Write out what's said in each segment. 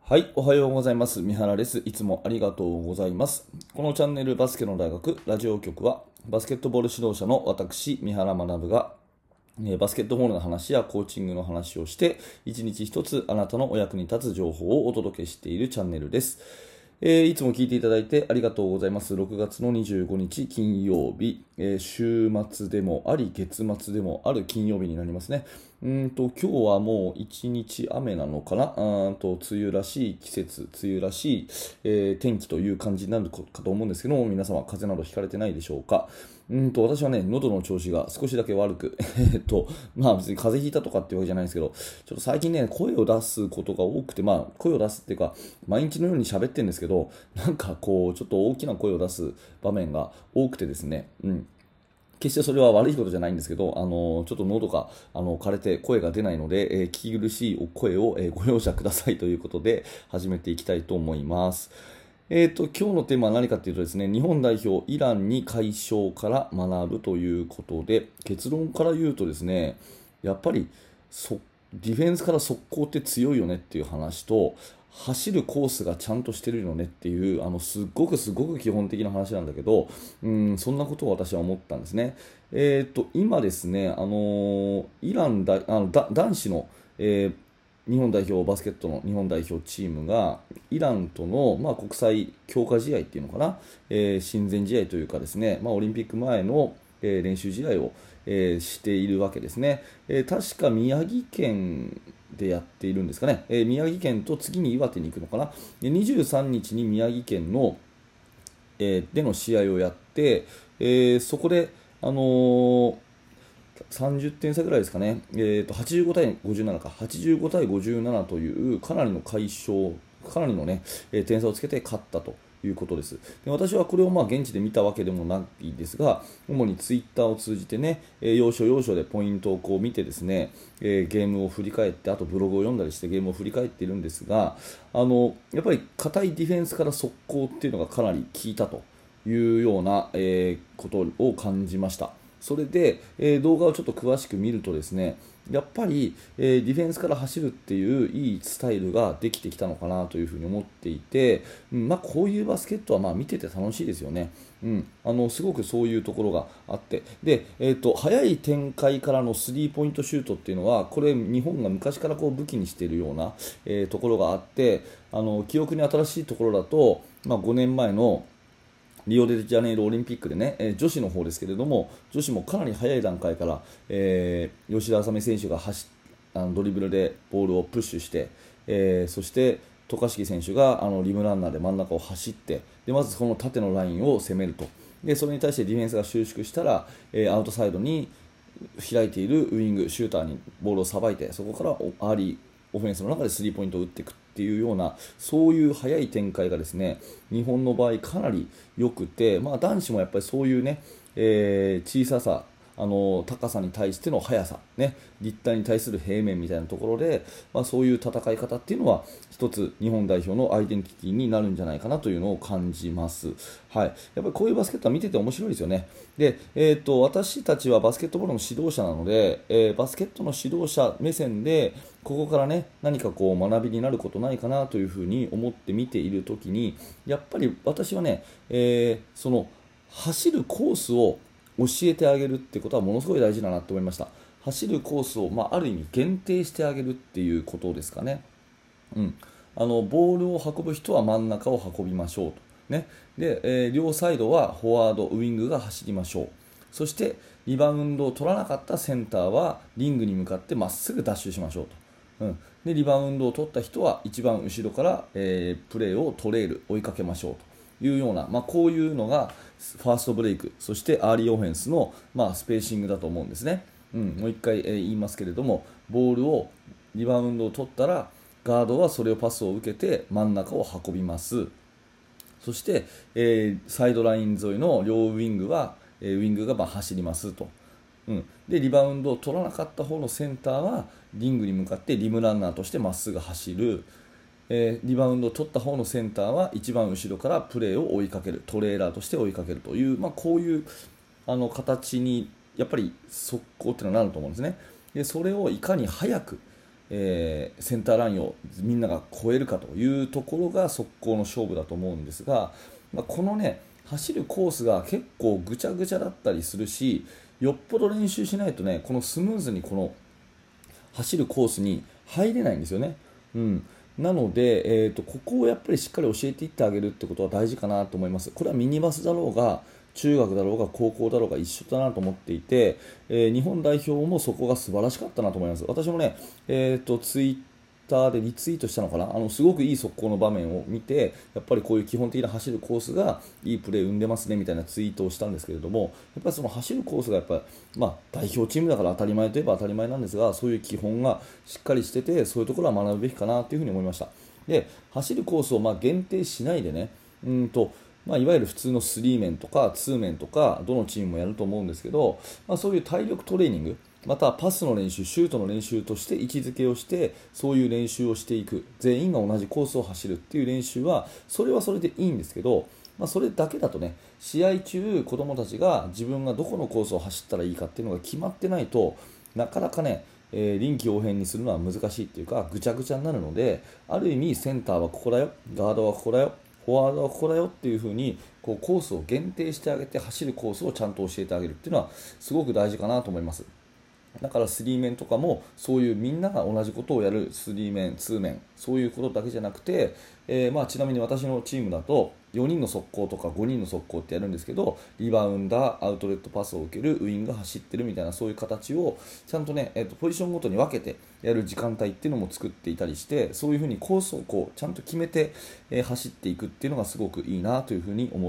はい、おはようございます。三原です。いつもありがとうございます。このチャンネルバスケの大学ラジオ局は、バスケットボール指導者の私、三原学が、バスケットボールの話やコーチングの話をして、一日一つあなたのお役に立つ情報をお届けしているチャンネルです。いつも聞いていただいてありがとうございます。6月の25日金曜日、週末でもあり月末でもある金曜日になりますね。今日はもう一日雨なのかな。梅雨らしい季節、梅雨らしい、天気という感じになるかと思うんですけども、皆様風邪などひかれてないでしょうか。私はね、喉の調子が少しだけ悪く、別に風邪ひいたとかっていうわけじゃないんですけど、ちょっと最近ね、声を出すことが多くて、声を出すっていうか、毎日のように喋ってるんですけど、なんかこう、ちょっと大きな声を出す場面が多くてですね、決してそれは悪いことじゃないんですけど、ちょっと喉が枯れて声が出ないので、聞き苦しいお声を、ご容赦くださいということで始めていきたいと思います。今日のテーマは何かというとですね、日本代表イランに快勝から学ぶということで、結論から言うとですね、やっぱりディフェンスから速攻って強いよねっていう話と、走るコースがちゃんとしてるよねっていうすごく基本的な話なんだけど、そんなことを私は思ったんですね。今ですね、イランだあのだ男子の、日本代表バスケットの日本代表チームがイランとの、国際強化試合っていうのかな、親善試合というかですね、オリンピック前の、練習試合を、しているわけですね。確か宮城県でやっているんですかね、宮城県と次に岩手に行くのかな。23日に宮城県の、での試合をやって、そこで、30点差ぐらいですかね、85対57か、85対57というかなりのかなりの、ね、点差をつけて勝ったということです。で、私はこれを現地で見たわけでもないですが、主にツイッターを通じてね、要所要所でポイントをこう見てですね、ゲームを振り返って、あとブログを読んだりしてゲームを振り返っているんですが、やっぱり硬いディフェンスから速攻っていうのがかなり効いたというような、ことを感じました。それで、動画をちょっと詳しく見るとですね、やっぱり、ディフェンスから走るっていういいスタイルができてきたのかなというふうに思っていて、こういうバスケットは見てて楽しいですよね。すごくそういうところがあって、で、速い展開からのスリーポイントシュートっていうのは、これ日本が昔からこう武器にしているような、ところがあって、記憶に新しいところだと、5年前のリオデジャネイロオリンピックでね、女子の方ですけれども、女子もかなり早い段階から、吉田麻美選手がドリブルでボールをプッシュして、そして渡嘉敷選手がリムランナーで真ん中を走って、でまずこの縦のラインを攻めると。でそれに対してディフェンスが収縮したら、アウトサイドに開いているウイングシューターにボールをさばいて、そこからアーリーオフェンスの中でスリーポイントを打っていくっていうような、そういう速い展開がですね、日本の場合かなり良くて、男子もやっぱりそういうね、小ささ、高さに対しての速さ、ね、立体に対する平面みたいなところで、そういう戦い方っていうのは一つ日本代表のアイデンティティになるんじゃないかなというのを感じます。はい、やっぱりこういうバスケットは見てて面白いですよね。で、私たちはバスケットボールの指導者なので、バスケットの指導者目線でここからね、何かこう学びになることないかなというふうに思って見ているときに、やっぱり私はね、その走るコースを教えてあげるってことはものすごい大事だなと思いました。走るコースを、ある意味限定してあげるっていうことですかね。ボールを運ぶ人は真ん中を運びましょうと、ね。で、両サイドはフォワード、ウイングが走りましょう。そしてリバウンドを取らなかったセンターはリングに向かってまっすぐダッシュしましょうと。でリバウンドを取った人は一番後ろから、プレーをトレール追いかけましょうというような、こういうのがファーストブレイク、そしてアーリーオフェンスの、スペーシングだと思うんですね。もう一回、言いますけれども、ボールをリバウンドを取ったらガードはそれをパスを受けて真ん中を運びます。そして、サイドライン沿いの両ウイングは、ウイングが走りますと。でリバウンドを取らなかった方のセンターはリングに向かってリムランナーとしてまっすぐ走る。リバウンドを取った方のセンターは一番後ろからプレーを追いかける、トレーラーとして追いかけるという、こういう形にやっぱり速攻っていうのはなると思うんですね。でそれをいかに早くセンターラインをみんなが超えるかというところが速攻の勝負だと思うんですが、このね走るコースが結構ぐちゃぐちゃだったりするし、よっぽど練習しないとねこのスムーズにこの走るコースに入れないんですよね。なので、ここをやっぱりしっかり教えていってあげるってことは大事かなと思います。これはミニバスだろうが中学だろうが高校だろうが一緒だなと思っていて、日本代表もそこが素晴らしかったなと思います。私もね、ツイッターでリツイートしたのかな、すごくいい速攻の場面を見て、やっぱりこういう基本的な走るコースがいいプレーを生んでますねみたいなツイートをしたんですけれども、やっぱりその走るコースがやっぱり、代表チームだから当たり前といえば当たり前なんですが、そういう基本がしっかりしてて、そういうところは学ぶべきかなというふうに思いました。で、走るコースを限定しないでね、いわゆる普通の3面とか2面とかどのチームもやると思うんですけど、そういう体力トレーニング、またはパスの練習、シュートの練習として位置づけをして、そういう練習をしていく、全員が同じコースを走るっていう練習はそれはそれでいいんですけど、それだけだとね、試合中子どもたちが自分がどこのコースを走ったらいいかっていうのが決まってないとなかなかね、臨機応変にするのは難しいっていうかぐちゃぐちゃになるので、ある意味センターはここだよ、ガードはここだよ、フォワードはここだよっていう風にコースを限定してあげて、走るコースをちゃんと教えてあげるっていうのはすごく大事かなと思います。だから3面とかもそういうみんなが同じことをやる3面、2面、そういうことだけじゃなくて、ちなみに私のチームだと4人の速攻とか5人の速攻ってやるんですけど、リバウンダー、アウトレットパスを受ける、ウイングが走ってるみたいな、そういう形をちゃんとね、ポジションごとに分けてやる時間帯っていうのも作っていたりして、そういうふうにコースをちゃんと決めて、走っていくっていうのがすごくいいなというふうに思って、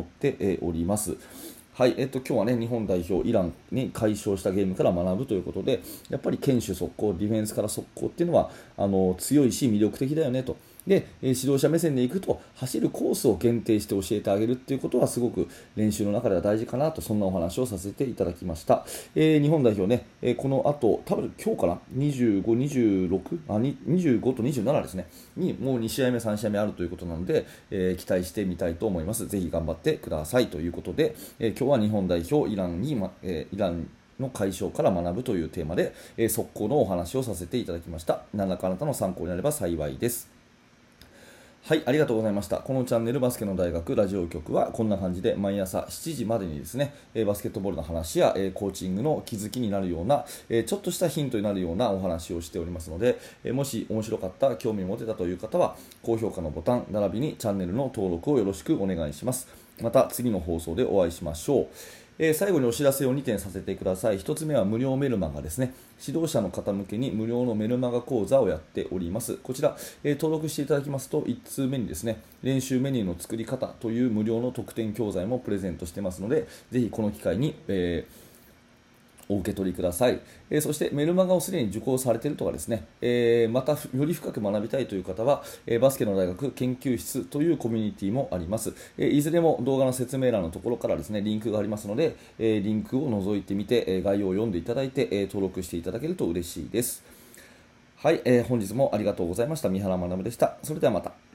おります。はい、今日はね、日本代表、イランに快勝したゲームから学ぶということで、やっぱり堅守速攻、ディフェンスから速攻っていうのは強いし魅力的だよねと。で、指導者目線でいくと、走るコースを限定して教えてあげるっていうことはすごく練習の中では大事かなと、そんなお話をさせていただきました。日本代表ね、この後、多分今日かな、25、26、25と27ですね、にもう2試合目、3試合目あるということなので、期待してみたいと思います。ぜひ頑張ってくださいということで、今日は日本代表、イランの解消から学ぶというテーマで、速攻のお話をさせていただきました。何らかあなたの参考になれば幸いです。はい、ありがとうございました。このチャンネルバスケの大学ラジオ局はこんな感じで毎朝7時までにですね、バスケットボールの話やコーチングの気づきになるような、ちょっとしたヒントになるようなお話をしておりますので、もし面白かった、興味を持てたという方は高評価のボタン並びにチャンネルの登録をよろしくお願いします。また次の放送でお会いしましょう。最後にお知らせを2点させてください。1つ目は無料メルマガですね。指導者の方向けに無料のメルマガ講座をやっております。こちら、登録していただきますと1通目にですね、練習メニューの作り方という無料の特典教材もプレゼントしてますので、ぜひこの機会に、お受け取りください。そしてメルマガをすでに受講されているとかですね、またより深く学びたいという方は、バスケの大学研究室というコミュニティもあります。いずれも動画の説明欄のところからですね、リンクがありますので、リンクを覗いてみて、概要を読んでいただいて、登録していただけると嬉しいです。はい、本日もありがとうございました。三原学でした。それではまた。